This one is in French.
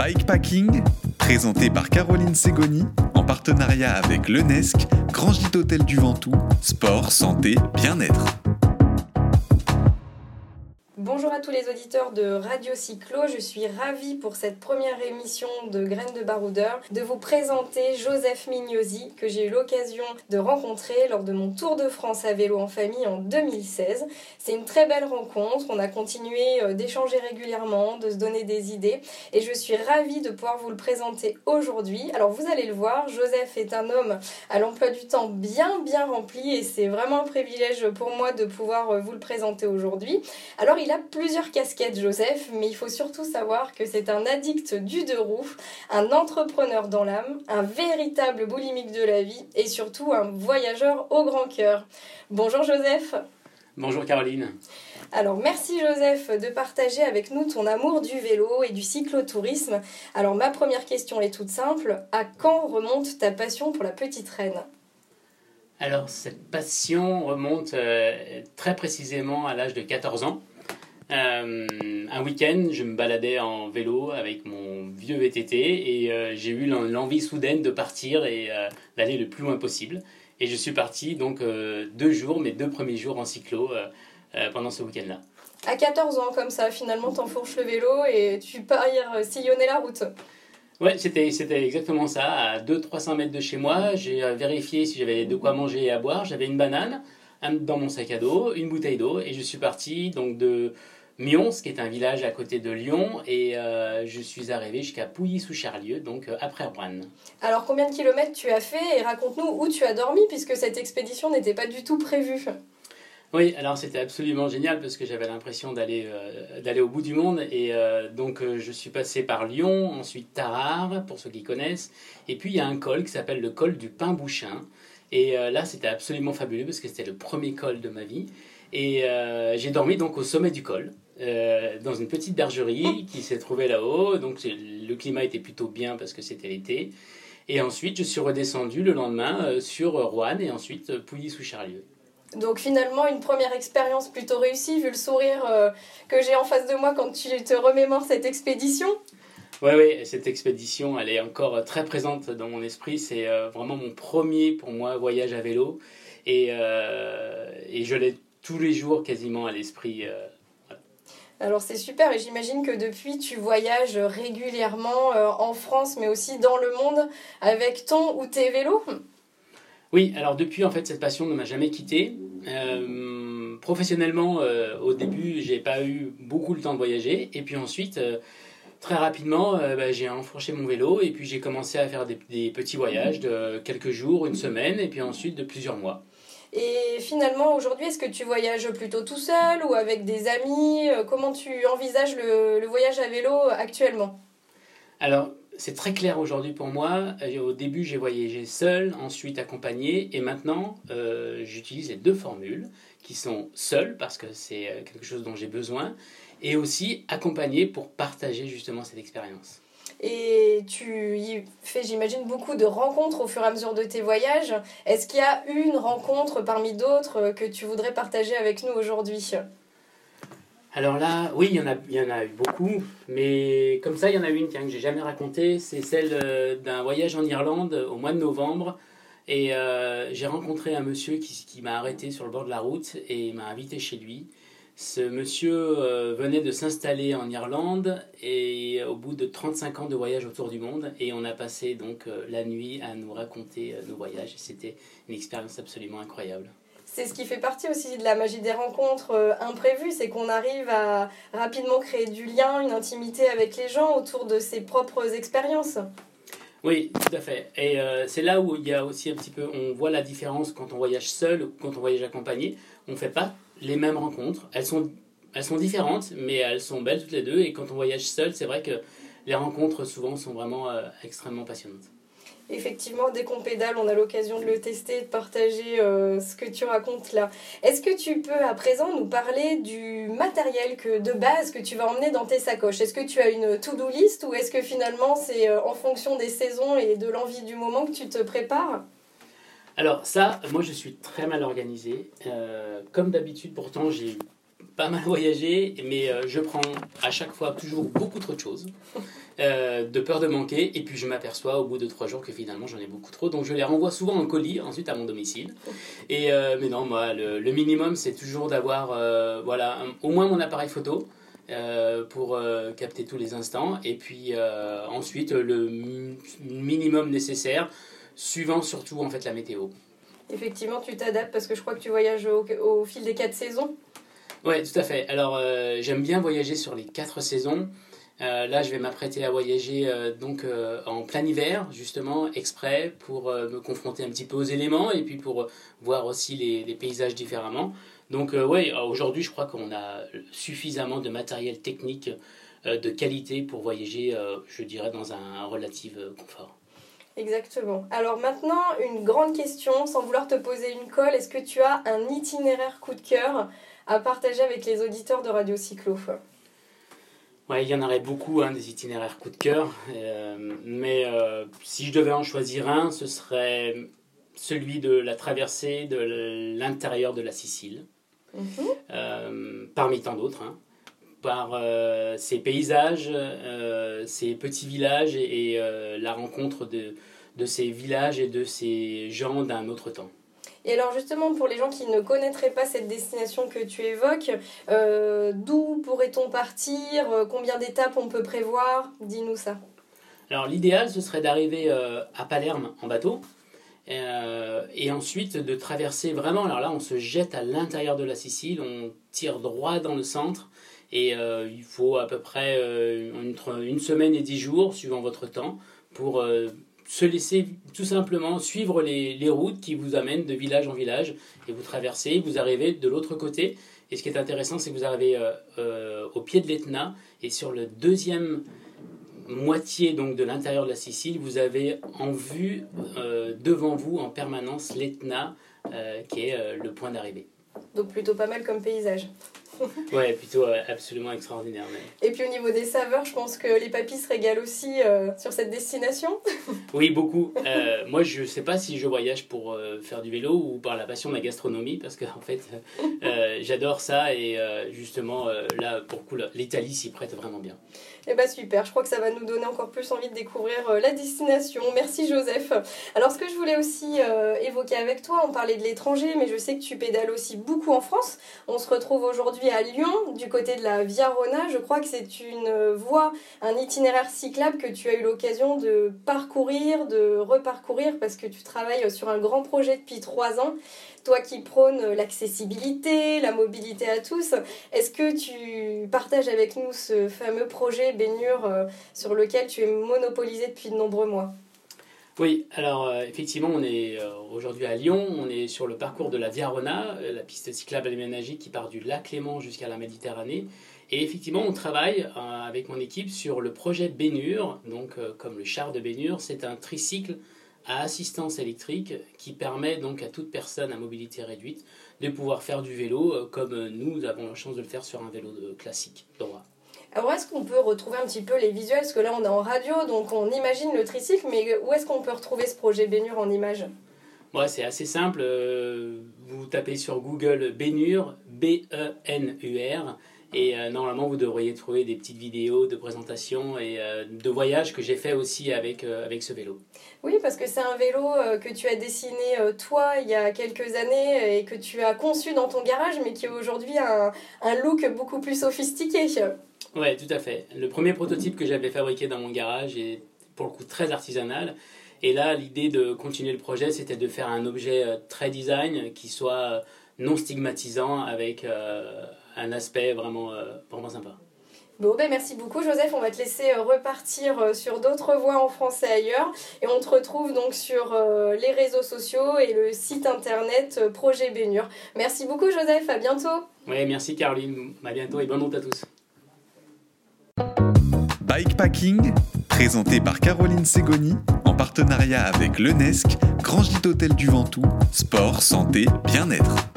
Bikepacking, présenté par Caroline Ségoni, en partenariat avec l'UNESC, Grand Gîte Hôtel du Ventoux, sport, santé, bien-être. Bonjour à tous les auditeurs de Radio Cyclo, je suis ravie pour cette première émission de Graines de Baroudeur de vous présenter Joseph Mignosi que j'ai eu l'occasion de rencontrer lors de mon Tour de France à vélo en famille en 2016. C'est une très belle rencontre, on a continué d'échanger régulièrement, de se donner des idées et je suis ravie de pouvoir vous le présenter aujourd'hui. Alors vous allez le voir, Joseph est un homme à l'emploi du temps bien rempli et c'est vraiment un privilège pour moi de pouvoir vous le présenter aujourd'hui. Alors il a plusieurs casquettes, Joseph, mais il faut surtout savoir que c'est un addict du deux roues, un entrepreneur dans l'âme, un véritable boulimique de la vie et surtout un voyageur au grand cœur. Bonjour Joseph. Bonjour Caroline. Alors merci Joseph de partager avec nous ton amour du vélo et du cyclotourisme. Alors ma première question est toute simple, à quand remonte ta passion pour la petite reine ? Alors cette passion remonte très précisément à l'âge de 14 ans. Un week-end, je me baladais en vélo avec mon vieux VTT et j'ai eu l'envie soudaine de partir et d'aller le plus loin possible. Et je suis parti donc 2 jours, mes 2 premiers jours en cyclo pendant ce week-end-là. À 14 ans comme ça, finalement t'enfourches le vélo et tu pars sillonner la route. Ouais, c'était exactement ça. À 200-300 mètres de chez moi, j'ai vérifié si j'avais de quoi manger et à boire. J'avais une banane dans mon sac à dos, une bouteille d'eau et je suis parti donc de Mions, qui est un village à côté de Lyon, et je suis arrivé jusqu'à Pouilly-sous-Charlieu, donc après Roanne. Alors combien de kilomètres tu as fait et raconte-nous où tu as dormi puisque cette expédition n'était pas du tout prévue. Oui, alors c'était absolument génial parce que j'avais l'impression d'aller au bout du monde et donc je suis passé par Lyon, ensuite Tarare, pour ceux qui connaissent, et puis il y a un col qui s'appelle le col du Pin-Bouchin, et là c'était absolument fabuleux parce que c'était le premier col de ma vie, et j'ai dormi donc au sommet du col. Dans une petite bergerie qui s'est trouvée là-haut, donc le climat était plutôt bien parce que c'était l'été, et ensuite je suis redescendu le lendemain sur Roanne et ensuite Pouilly-sous-Charlieu. Donc finalement une première expérience plutôt réussie vu le sourire que j'ai en face de moi quand tu te remémores cette expédition. Oui, cette expédition elle est encore très présente dans mon esprit, c'est vraiment mon premier pour moi voyage à vélo et je l'ai tous les jours quasiment à l'esprit. Alors c'est super et j'imagine que depuis tu voyages régulièrement en France mais aussi dans le monde avec ton ou tes vélos. Oui, alors depuis en fait cette passion ne m'a jamais quitté. Professionnellement au début j'ai pas eu beaucoup le temps de voyager et puis ensuite très rapidement j'ai enfourché mon vélo et puis j'ai commencé à faire des petits voyages de quelques jours, une semaine et puis ensuite de plusieurs mois. Et finalement, aujourd'hui, est-ce que tu voyages plutôt tout seul ou avec des amis ? Comment tu envisages le voyage à vélo actuellement ? Alors, c'est très clair aujourd'hui pour moi. Au début, j'ai voyagé seul, ensuite accompagné, et maintenant, j'utilise les 2 formules qui sont seul, parce que c'est quelque chose dont j'ai besoin, et aussi accompagné pour partager justement cette expérience. Et tu y fais, j'imagine, beaucoup de rencontres au fur et à mesure de tes voyages. Est-ce qu'il y a une rencontre parmi d'autres que tu voudrais partager avec nous aujourd'hui ? Alors là, oui, il y en a eu beaucoup, mais comme ça, il y en a une que j'ai jamais racontée. C'est celle d'un voyage en Irlande au mois de novembre. Et j'ai rencontré un monsieur qui m'a arrêté sur le bord de la route et m'a invité chez lui. Ce monsieur venait de s'installer en Irlande et au bout de 35 ans de voyage autour du monde, et on a passé donc la nuit à nous raconter nos voyages et c'était une expérience absolument incroyable. C'est ce qui fait partie aussi de la magie des rencontres imprévues, c'est qu'on arrive à rapidement créer du lien, une intimité avec les gens autour de ses propres expériences. Oui, tout à fait. Et c'est là où il y a aussi un petit peu, on voit la différence quand on voyage seul ou quand on voyage accompagné. On ne fait pas les mêmes rencontres. Elles sont différentes, mais elles sont belles toutes les deux. Et quand on voyage seul, c'est vrai que les rencontres souvent sont vraiment extrêmement passionnantes. Effectivement, dès qu'on pédale, on a l'occasion de le tester et de partager ce que tu racontes là. Est-ce que tu peux à présent nous parler du matériel de base que tu vas emmener dans tes sacoches ? Est-ce que tu as une to-do list ou est-ce que finalement c'est en fonction des saisons et de l'envie du moment que tu te prépares ? Alors ça, moi je suis très mal organisé. Comme d'habitude, pourtant j'ai pas mal voyagé, mais je prends à chaque fois toujours beaucoup trop de choses, de peur de manquer, et puis je m'aperçois au bout de 3 jours que finalement j'en ai beaucoup trop, donc je les renvoie souvent en colis ensuite à mon domicile. Mais non, moi le minimum c'est toujours d'avoir au moins mon appareil photo pour capter tous les instants, et puis ensuite le minimum nécessaire, suivant surtout en fait la météo. Effectivement, tu t'adaptes parce que je crois que tu voyages au fil des 4 saisons. Oui, tout à fait. Alors, j'aime bien voyager sur les 4 saisons. Là, je vais m'apprêter à voyager en plein hiver, justement, exprès, pour me confronter un petit peu aux éléments et puis pour voir aussi les paysages différemment. Donc, aujourd'hui, je crois qu'on a suffisamment de matériel technique de qualité pour voyager, je dirais, dans un relatif confort. Exactement. Alors maintenant, une grande question, sans vouloir te poser une colle, est-ce que tu as un itinéraire coup de cœur à partager avec les auditeurs de Radio Cyclo? Ouais, il y en aurait beaucoup, des itinéraires coup de cœur, mais si je devais en choisir un, ce serait celui de la traversée de l'intérieur de la Sicile, parmi tant d'autres, par ces paysages, ces petits villages et la rencontre de ces villages et de ces gens d'un autre temps. Et alors justement, pour les gens qui ne connaîtraient pas cette destination que tu évoques, d'où pourrait-on partir? Combien d'étapes on peut prévoir? Dis-nous ça. Alors l'idéal, ce serait d'arriver à Palerme en bateau, et ensuite de traverser vraiment. Alors là, on se jette à l'intérieur de la Sicile, on tire droit dans le centre, et il faut à peu près entre 1 semaine et 10 jours, suivant votre temps, pour se laisser tout simplement suivre les routes qui vous amènent de village en village, et vous traversez, vous arrivez de l'autre côté. Et ce qui est intéressant, c'est que vous arrivez au pied de l'Etna, et sur le deuxième moitié donc de l'intérieur de la Sicile, vous avez en vue devant vous en permanence l'Etna, qui est le point d'arrivée. Donc plutôt pas mal comme paysage. Ouais, plutôt absolument extraordinaire. Mais... Et puis au niveau des saveurs, je pense que les papis se régalent aussi sur cette destination. Oui, beaucoup. Moi, je ne sais pas si je voyage pour faire du vélo ou par la passion de la gastronomie, parce que en fait, j'adore ça, et justement, là, pour le coup, l'Italie s'y prête vraiment bien. Eh bien super, je crois que ça va nous donner encore plus envie de découvrir la destination. Merci Joseph. Alors ce que je voulais aussi évoquer avec toi, on parlait de l'étranger, mais je sais que tu pédales aussi beaucoup en France. On se retrouve aujourd'hui à Lyon, du côté de la Via Rona. Je crois que c'est une voie, un itinéraire cyclable que tu as eu l'occasion de parcourir, de reparcourir, parce que tu travailles sur un grand projet depuis 3 ans. Toi qui prônes l'accessibilité, la mobilité à tous, est-ce que tu partages avec nous ce fameux projet Bénure sur lequel tu es monopolisé depuis de nombreux mois? Oui, alors effectivement, on est aujourd'hui à Lyon, on est sur le parcours de la Via Rona, la piste cyclable aménagée qui part du lac Léman jusqu'à la Méditerranée. Et effectivement, on travaille avec mon équipe sur le projet Bénure, donc comme le char de Bénure, c'est un tricycle à assistance électrique qui permet donc à toute personne à mobilité réduite de pouvoir faire du vélo comme nous avons la chance de le faire sur un vélo classique droit. Alors est-ce qu'on peut retrouver un petit peu les visuels? Parce que là on est en radio, donc on imagine le tricycle, mais où est-ce qu'on peut retrouver ce projet Bénure en images? Ouais, c'est assez simple, vous tapez sur Google Bénure, B-E-N-U-R, et normalement vous devriez trouver des petites vidéos de présentation et de voyages que j'ai fait aussi avec ce vélo. Oui, parce que c'est un vélo que tu as dessiné toi il y a quelques années et que tu as conçu dans ton garage, mais qui a aujourd'hui un look beaucoup plus sophistiqué. Oui, tout à fait. Le premier prototype que j'avais fabriqué dans mon garage est pour le coup très artisanal. Et là, l'idée de continuer le projet, c'était de faire un objet très design qui soit non stigmatisant, avec un aspect vraiment sympa. Bon, merci beaucoup Joseph, on va te laisser repartir sur d'autres voies en France et ailleurs, et on te retrouve donc sur les réseaux sociaux et le site internet Projet Bénure. Merci beaucoup Joseph, à bientôt. Oui, merci Caroline, à bientôt et bonne route à tous. Bikepacking, présenté par Caroline Ségoni, en partenariat avec l'UNESC, Grand Gîte Hôtel du Ventoux, sport, santé, bien-être.